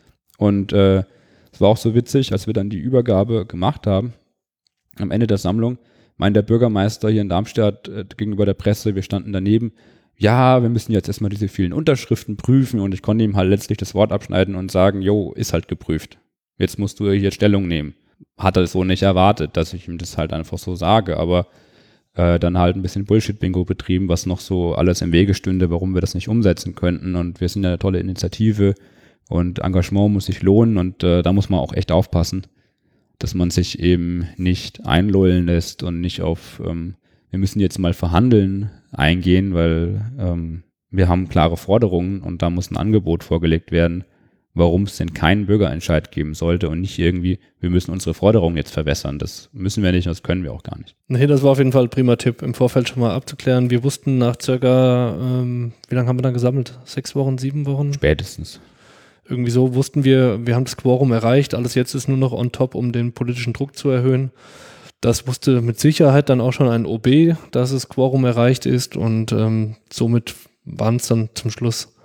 Und äh, es war auch so witzig, als wir dann die Übergabe gemacht haben, am Ende der Sammlung, meint der Bürgermeister hier in Darmstadt äh, gegenüber der Presse, wir standen daneben, ja, wir müssen jetzt erstmal diese vielen Unterschriften prüfen und ich konnte ihm halt letztlich das Wort abschneiden und sagen, jo, ist halt geprüft. Jetzt musst du hier Stellung nehmen. Hat er so nicht erwartet, dass ich ihm das halt einfach so sage, aber äh, dann halt ein bisschen Bullshit-Bingo betrieben, was noch so alles im Wege stünde, warum wir das nicht umsetzen könnten und wir sind ja eine tolle Initiative und Engagement muss sich lohnen und äh, da muss man auch echt aufpassen, dass man sich eben nicht einlullen lässt und nicht auf ähm, wir müssen jetzt mal verhandeln eingehen, weil ähm, wir haben klare Forderungen und da muss ein Angebot vorgelegt werden, warum es denn keinen Bürgerentscheid geben sollte und nicht irgendwie, wir müssen unsere Forderungen jetzt verwässern. Das müssen wir nicht, das können wir auch gar nicht. Nee, das war auf jeden Fall ein prima Tipp, im Vorfeld schon mal abzuklären. Wir wussten nach circa, ähm, wie lange haben wir dann gesammelt? Sechs Wochen, sieben Wochen? Spätestens. Irgendwie so wussten wir, wir haben das Quorum erreicht, alles jetzt ist nur noch on top, um den politischen Druck zu erhöhen. Das wusste mit Sicherheit dann auch schon ein O B, dass das Quorum erreicht ist und ähm, somit waren es dann zum Schluss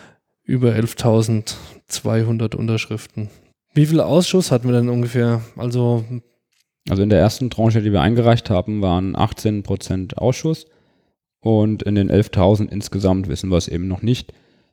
über elftausendzweihundert Unterschriften. Wie viel Ausschuss hatten wir denn ungefähr? Also, also in der ersten Tranche, die wir eingereicht haben, waren achtzehn Prozent Ausschuss und in den elftausend insgesamt wissen wir es eben noch nicht.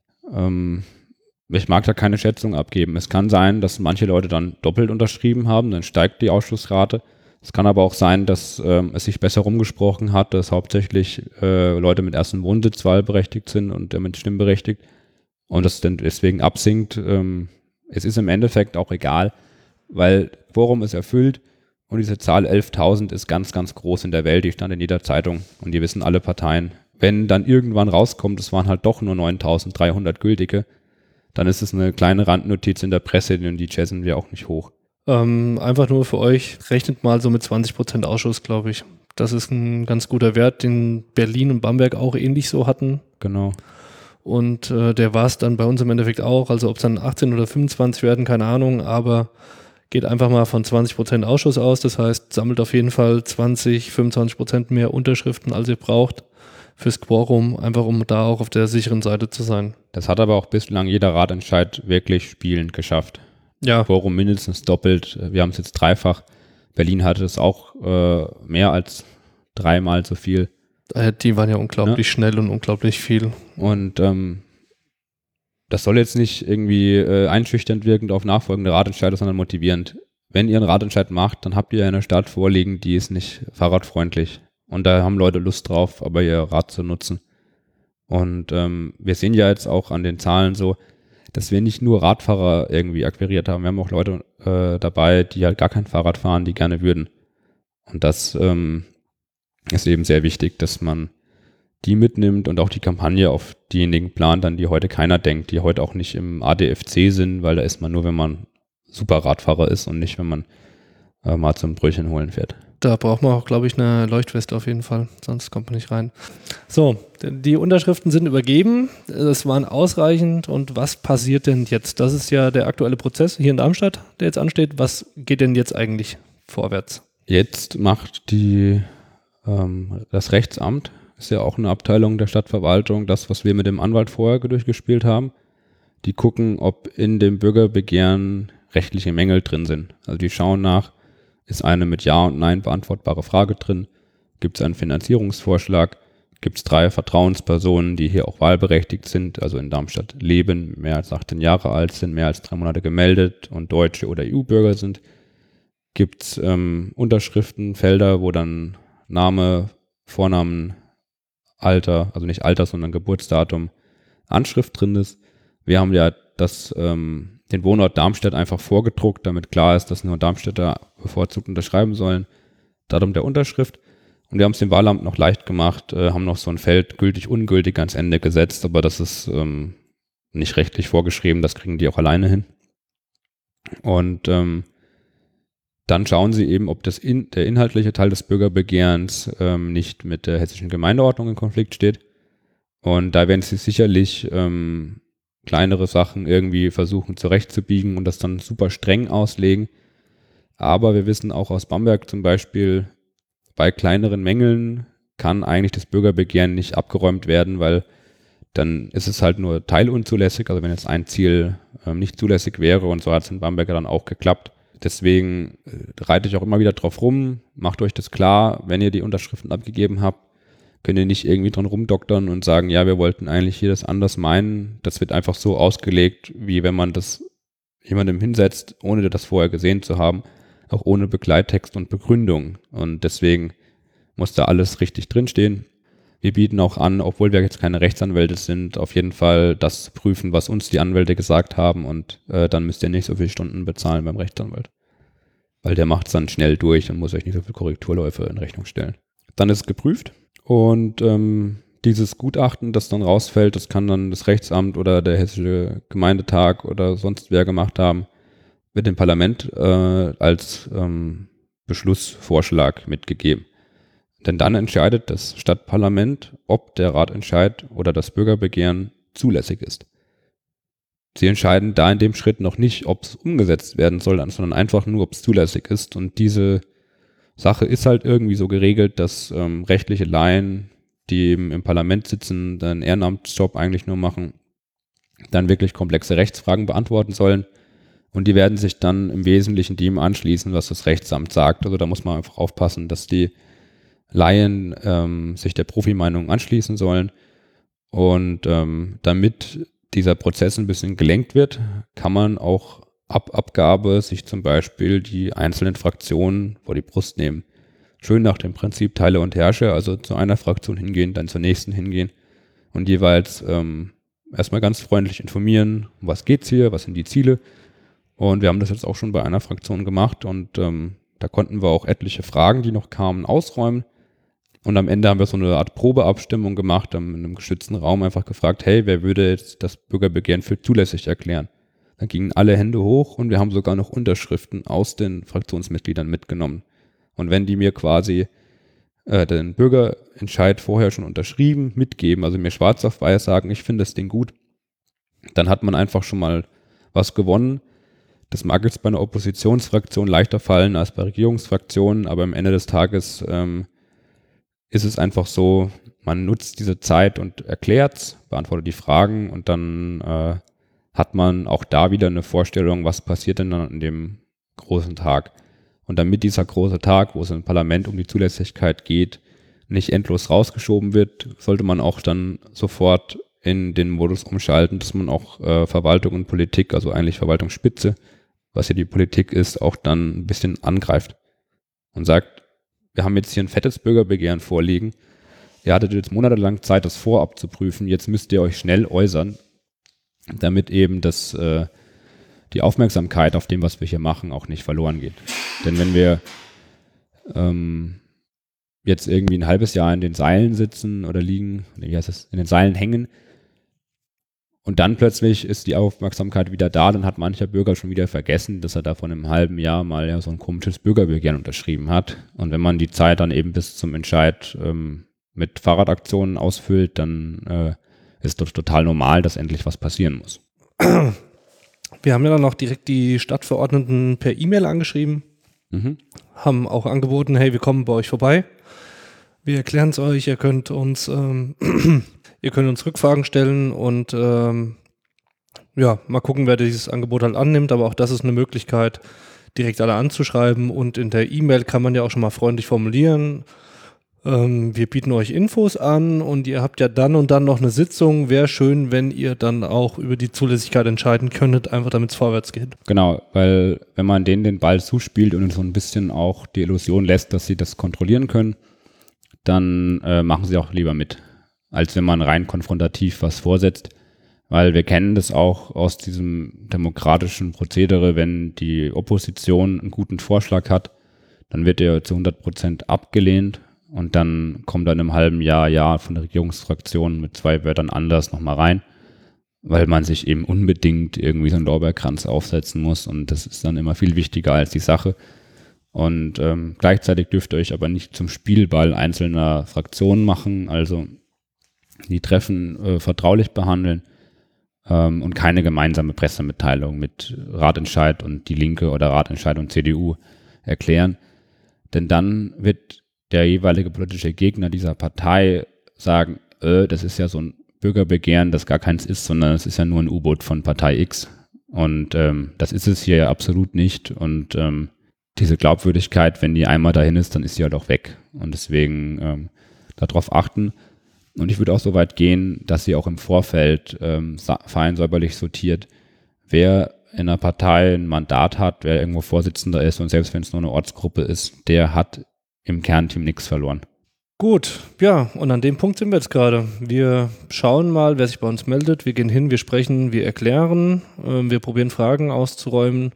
Ähm, ich mag da keine Schätzung abgeben. Es kann sein, dass manche Leute dann doppelt unterschrieben haben, dann steigt die Ausschussrate. Es kann aber auch sein, dass ähm, es sich besser rumgesprochen hat, dass hauptsächlich äh, Leute mit erstem Wohnsitz wahlberechtigt sind und damit stimmberechtigt und das dann deswegen absinkt. Ähm, es ist im Endeffekt auch egal, weil Quorum ist erfüllt und diese Zahl elftausend ist ganz, ganz groß in der Welt. Die stand in jeder Zeitung und die wissen alle Parteien. Wenn dann irgendwann rauskommt, es waren halt doch nur neuntausenddreihundert Gültige, dann ist es eine kleine Randnotiz in der Presse und die jazzen wir auch nicht hoch. Ähm, einfach nur für euch, rechnet mal so mit zwanzig Prozent Ausschuss, glaube ich. Das ist ein ganz guter Wert, den Berlin und Bamberg auch ähnlich so hatten. Genau. Und äh, der war es dann bei uns im Endeffekt auch. Also ob es dann achtzehn oder fünfundzwanzig werden, keine Ahnung. Aber geht einfach mal von zwanzig Prozent Ausschuss aus. Das heißt, sammelt auf jeden Fall zwanzig, fünfundzwanzig Prozent mehr Unterschriften, als ihr braucht fürs Quorum, einfach um da auch auf der sicheren Seite zu sein. Das hat aber auch bislang jeder Ratentscheid wirklich spielend geschafft. Ja. Quorum mindestens doppelt. Wir haben es jetzt dreifach. Berlin hatte es auch äh, mehr als dreimal so viel. Die waren ja unglaublich ja. schnell und unglaublich viel. Und ähm, das soll jetzt nicht irgendwie äh, einschüchternd wirkend auf nachfolgende Ratentscheide, sondern motivierend. Wenn ihr einen Ratentscheid macht, dann habt ihr eine Stadt vorliegen, die ist nicht fahrradfreundlich. Und da haben Leute Lust drauf, aber ihr Rad zu nutzen. Und ähm, wir sehen ja jetzt auch an den Zahlen so, dass wir nicht nur Radfahrer irgendwie akquiriert haben. Wir haben auch Leute äh, dabei, die halt gar kein Fahrrad fahren, die gerne würden. Und das ähm, ist eben sehr wichtig, dass man die mitnimmt und auch die Kampagne auf diejenigen plant, an die heute keiner denkt, die heute auch nicht im A D F C sind, weil da ist man nur, wenn man super Radfahrer ist und nicht, wenn man äh, mal zum Brötchen holen fährt. Da braucht man auch, glaube ich, eine Leuchtweste auf jeden Fall, sonst kommt man nicht rein. So, die Unterschriften sind übergeben, es waren ausreichend und was passiert denn jetzt? Das ist ja der aktuelle Prozess hier in Darmstadt, der jetzt ansteht. Was geht denn jetzt eigentlich vorwärts? Jetzt macht die ähm, das Rechtsamt, ist ja auch eine Abteilung der Stadtverwaltung, das, was wir mit dem Anwalt vorher durchgespielt haben. Die gucken, ob in dem Bürgerbegehren rechtliche Mängel drin sind. Also die schauen nach, ist eine mit Ja und Nein beantwortbare Frage drin? Gibt es einen Finanzierungsvorschlag? Gibt es drei Vertrauenspersonen, die hier auch wahlberechtigt sind, also in Darmstadt leben, mehr als achtzehn Jahre alt sind, mehr als drei Monate gemeldet und Deutsche oder E U-Bürger sind? Gibt es ähm, Unterschriftenfelder, wo dann Name, Vornamen, Alter, also nicht Alter, sondern Geburtsdatum, Anschrift drin ist? Wir haben ja das ähm, den Wohnort Darmstadt einfach vorgedruckt, damit klar ist, dass nur Darmstädter bevorzugt unterschreiben sollen. Datum der Unterschrift. Und wir haben es dem Wahlamt noch leicht gemacht, äh, haben noch so ein Feld gültig, ungültig ans Ende gesetzt, aber das ist ähm, nicht rechtlich vorgeschrieben, das kriegen die auch alleine hin. Und ähm, dann schauen sie eben, ob das in, der inhaltliche Teil des Bürgerbegehrens ähm, nicht mit der hessischen Gemeindeordnung in Konflikt steht. Und da werden sie sicherlich ähm, kleinere Sachen irgendwie versuchen zurechtzubiegen und das dann super streng auslegen. Aber wir wissen auch aus Bamberg zum Beispiel, bei kleineren Mängeln kann eigentlich das Bürgerbegehren nicht abgeräumt werden, weil dann ist es halt nur teilunzulässig, also wenn jetzt ein Ziel ähm, nicht zulässig wäre, und so hat es in Bamberg dann auch geklappt. Deswegen äh, reite ich auch immer wieder drauf rum, macht euch das klar, wenn ihr die Unterschriften abgegeben habt, könnt ihr nicht irgendwie dran rumdoktern und sagen, ja, wir wollten eigentlich hier das anders meinen. Das wird einfach so ausgelegt, wie wenn man das jemandem hinsetzt, ohne das vorher gesehen zu haben, auch ohne Begleittext und Begründung. Und deswegen muss da alles richtig drinstehen. Wir bieten auch an, obwohl wir jetzt keine Rechtsanwälte sind, auf jeden Fall das zu prüfen, was uns die Anwälte gesagt haben, und äh, dann müsst ihr nicht so viele Stunden bezahlen beim Rechtsanwalt. Weil der macht es dann schnell durch und muss euch nicht so viele Korrekturläufe in Rechnung stellen. Dann ist es geprüft und ähm, dieses Gutachten, das dann rausfällt, das kann dann das Rechtsamt oder der Hessische Gemeindetag oder sonst wer gemacht haben, wird dem Parlament äh, als ähm, Beschlussvorschlag mitgegeben. Denn dann entscheidet das Stadtparlament, ob der Ratentscheid oder das Bürgerbegehren zulässig ist. Sie entscheiden da in dem Schritt noch nicht, ob es umgesetzt werden soll, sondern einfach nur, ob es zulässig ist. Und diese Sache ist halt irgendwie so geregelt, dass ähm, rechtliche Laien, die eben im Parlament sitzen, einen Ehrenamtsjob eigentlich nur machen, dann wirklich komplexe Rechtsfragen beantworten sollen. Und die werden sich dann im Wesentlichen dem anschließen, was das Rechtsamt sagt. Also da muss man einfach aufpassen, dass die Laien ähm, sich der Profimeinung anschließen sollen. Und ähm, damit dieser Prozess ein bisschen gelenkt wird, kann man auch ab Abgabe sich zum Beispiel die einzelnen Fraktionen vor die Brust nehmen. Schön nach dem Prinzip Teile und Herrsche, also zu einer Fraktion hingehen, dann zur nächsten hingehen und jeweils ähm, erstmal ganz freundlich informieren, um was geht's hier, was sind die Ziele. Und wir haben das jetzt auch schon bei einer Fraktion gemacht und ähm, da konnten wir auch etliche Fragen, die noch kamen, ausräumen. Und am Ende haben wir so eine Art Probeabstimmung gemacht, haben in einem geschützten Raum einfach gefragt, hey, wer würde jetzt das Bürgerbegehren für zulässig erklären? Dann gingen alle Hände hoch und wir haben sogar noch Unterschriften aus den Fraktionsmitgliedern mitgenommen. Und wenn die mir quasi äh, den Bürgerentscheid vorher schon unterschrieben, mitgeben, also mir schwarz auf weiß sagen, ich finde das Ding gut, dann hat man einfach schon mal was gewonnen. Das mag jetzt bei einer Oppositionsfraktion leichter fallen als bei Regierungsfraktionen, aber am Ende des Tages ähm, ist es einfach so, man nutzt diese Zeit und erklärt, beantwortet die Fragen und dann äh, hat man auch da wieder eine Vorstellung, was passiert denn dann an dem großen Tag. Und damit dieser große Tag, wo es im Parlament um die Zulässigkeit geht, nicht endlos rausgeschoben wird, sollte man auch dann sofort in den Modus umschalten, dass man auch äh, Verwaltung und Politik, also eigentlich Verwaltungsspitze, was ja die Politik ist, auch dann ein bisschen angreift und sagt, wir haben jetzt hier ein fettes Bürgerbegehren vorliegen, ihr hattet jetzt monatelang Zeit, das vorab zu prüfen, jetzt müsst ihr euch schnell äußern, damit eben das, äh, die Aufmerksamkeit auf dem, was wir hier machen, auch nicht verloren geht. Denn wenn wir ähm, jetzt irgendwie ein halbes Jahr in den Seilen sitzen oder liegen, wie heißt das, in den Seilen hängen und dann plötzlich ist die Aufmerksamkeit wieder da, dann hat mancher Bürger schon wieder vergessen, dass er da vor einem halben Jahr mal ja so ein komisches Bürgerbegehren unterschrieben hat. Und wenn man die Zeit dann eben bis zum Entscheid ähm, mit Fahrradaktionen ausfüllt, dann äh, ist doch total normal, dass endlich was passieren muss. Wir haben ja dann auch direkt die Stadtverordneten per E-Mail angeschrieben, Mhm. haben auch angeboten, hey, wir kommen bei euch vorbei. Wir erklären es euch, ihr könnt uns, ähm, ihr könnt uns Rückfragen stellen und ähm, ja, mal gucken, wer dieses Angebot halt annimmt, aber auch das ist eine Möglichkeit, direkt alle anzuschreiben und in der E-Mail kann man ja auch schon mal freundlich formulieren, ähm, wir bieten euch Infos an und ihr habt ja dann und dann noch eine Sitzung, wäre schön, wenn ihr dann auch über die Zulässigkeit entscheiden könntet, einfach damit es vorwärts geht. Genau, weil wenn man denen den Ball zuspielt und so ein bisschen auch die Illusion lässt, dass sie das kontrollieren können, dann äh, machen sie auch lieber mit, als wenn man rein konfrontativ was vorsetzt. Weil wir kennen das auch aus diesem demokratischen Prozedere, wenn die Opposition einen guten Vorschlag hat, dann wird er zu hundert Prozent abgelehnt und dann kommt dann im halben Jahr ja von der Regierungsfraktion mit zwei Wörtern anders nochmal rein, weil man sich eben unbedingt irgendwie so einen Lorbeerkranz aufsetzen muss und das ist dann immer viel wichtiger als die Sache. Und ähm, gleichzeitig dürft ihr euch aber nicht zum Spielball einzelner Fraktionen machen, also die Treffen äh, vertraulich behandeln ähm, und keine gemeinsame Pressemitteilung mit Ratentscheid und die Linke oder Ratentscheid und C D U erklären. Denn dann wird der jeweilige politische Gegner dieser Partei sagen, äh, das ist ja so ein Bürgerbegehren, das gar keins ist, sondern es ist ja nur ein U-Boot von Partei X. Und ähm, das ist es hier ja absolut nicht und ähm, diese Glaubwürdigkeit, wenn die einmal dahin ist, dann ist sie halt auch weg. Und deswegen ähm, darauf achten. Und ich würde auch so weit gehen, dass sie auch im Vorfeld ähm, fein säuberlich sortiert, wer in einer Partei ein Mandat hat, wer irgendwo Vorsitzender ist und selbst wenn es nur eine Ortsgruppe ist, der hat im Kernteam nichts verloren. Gut, ja, und an dem Punkt sind wir jetzt gerade. Wir schauen mal, wer sich bei uns meldet. Wir gehen hin, wir sprechen, wir erklären, äh, wir probieren Fragen auszuräumen.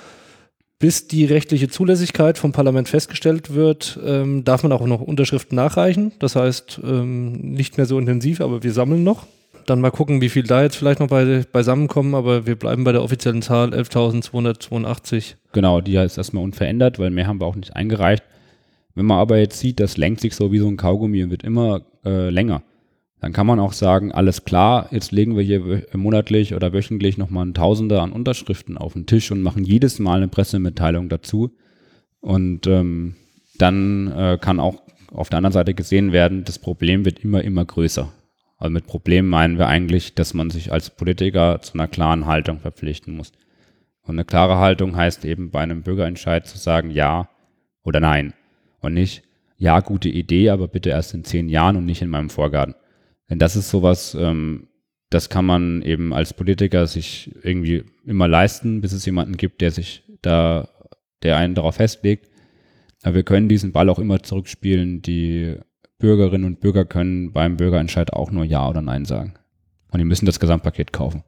Bis die rechtliche Zulässigkeit vom Parlament festgestellt wird, ähm, darf man auch noch Unterschriften nachreichen. Das heißt, ähm, nicht mehr so intensiv, aber wir sammeln noch. Dann mal gucken, wie viel da jetzt vielleicht noch bei, beisammenkommen, aber wir bleiben bei der offiziellen Zahl elftausendzweihundertzweiundachtzig. Genau, die ist erstmal unverändert, weil mehr haben wir auch nicht eingereicht. Wenn man aber jetzt sieht, das lenkt sich so wie so ein Kaugummi und wird immer äh, länger, dann kann man auch sagen, alles klar, jetzt legen wir hier monatlich oder wöchentlich nochmal ein Tausender an Unterschriften auf den Tisch und machen jedes Mal eine Pressemitteilung dazu. Und ähm, dann äh, kann auch auf der anderen Seite gesehen werden, das Problem wird immer, immer größer. Also mit Problem meinen wir eigentlich, dass man sich als Politiker zu einer klaren Haltung verpflichten muss. Und eine klare Haltung heißt eben bei einem Bürgerentscheid zu sagen ja oder nein. Und nicht, ja, gute Idee, aber bitte erst in zehn Jahren und nicht in meinem Vorgarten. Denn das ist sowas, ähm, das kann man eben als Politiker sich irgendwie immer leisten, bis es jemanden gibt, der sich da, der einen darauf festlegt. Aber wir können diesen Ball auch immer zurückspielen. Die Bürgerinnen und Bürger können beim Bürgerentscheid auch nur Ja oder Nein sagen. Und die müssen das Gesamtpaket kaufen.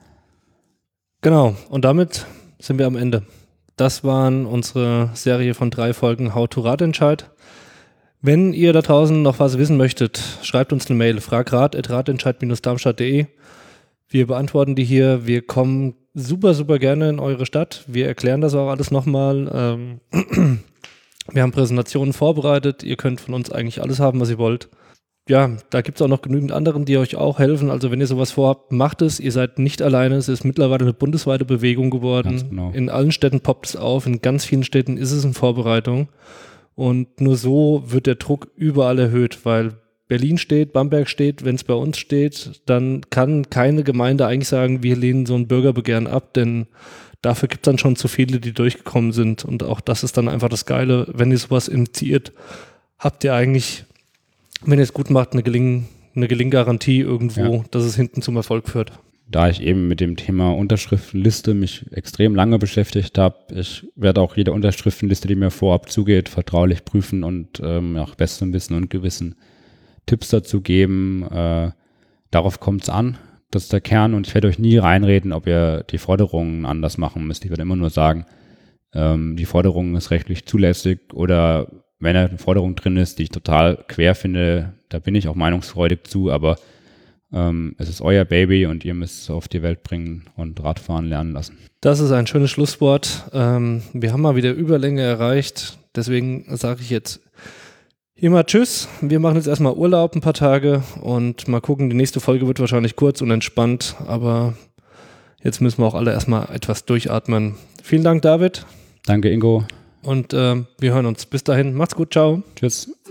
Genau, und damit sind wir am Ende. Das waren unsere Serie von drei Folgen How to Ratentscheid. Wenn ihr da draußen noch was wissen möchtet, schreibt uns eine Mail, fragrat at ratentscheid dash darmstadt punkt de. Wir beantworten die hier. Wir kommen super, super gerne in eure Stadt. Wir erklären das auch alles nochmal. Ähm, wir haben Präsentationen vorbereitet. Ihr könnt von uns eigentlich alles haben, was ihr wollt. ja, da gibt es auch noch genügend anderen, die euch auch helfen. Also wenn ihr sowas vorhabt, macht es. Ihr seid nicht alleine. Es ist mittlerweile eine bundesweite Bewegung geworden. Ganz genau. In allen Städten poppt es auf. In ganz vielen Städten ist es in Vorbereitung. Und nur so wird der Druck überall erhöht, weil Berlin steht, Bamberg steht. Wenn es bei uns steht, dann kann keine Gemeinde eigentlich sagen, wir lehnen so ein Bürgerbegehren ab, denn dafür gibt es dann schon zu viele, die durchgekommen sind. Und auch das ist dann einfach das Geile. Wenn ihr sowas initiiert, habt ihr eigentlich, wenn ihr es gut macht, eine Gelingen, eine Gelinggarantie irgendwo, ja, dass es hinten zum Erfolg führt. Da ich eben mit dem Thema Unterschriftenliste mich extrem lange beschäftigt habe, ich werde auch jede Unterschriftenliste, die mir vorab zugeht, vertraulich prüfen und ähm, nach bestem Wissen und Gewissen Tipps dazu geben. Äh, darauf kommt es an. Das ist der Kern und ich werde euch nie reinreden, ob ihr die Forderungen anders machen müsst. Ich werde immer nur sagen, ähm, die Forderung ist rechtlich zulässig oder wenn eine Forderung drin ist, die ich total quer finde, da bin ich auch meinungsfreudig zu, aber ähm, es ist euer Baby und ihr müsst es auf die Welt bringen und Radfahren lernen lassen. Das ist ein schönes Schlusswort. Ähm, wir haben mal wieder Überlänge erreicht, deswegen sage ich jetzt immer tschüss. Wir machen jetzt erstmal Urlaub ein paar Tage und mal gucken, die nächste Folge wird wahrscheinlich kurz und entspannt, aber jetzt müssen wir auch alle erstmal etwas durchatmen. Vielen Dank, David. Danke, Ingo. Und äh, wir hören uns. Bis dahin. Macht's gut. Ciao. Tschüss.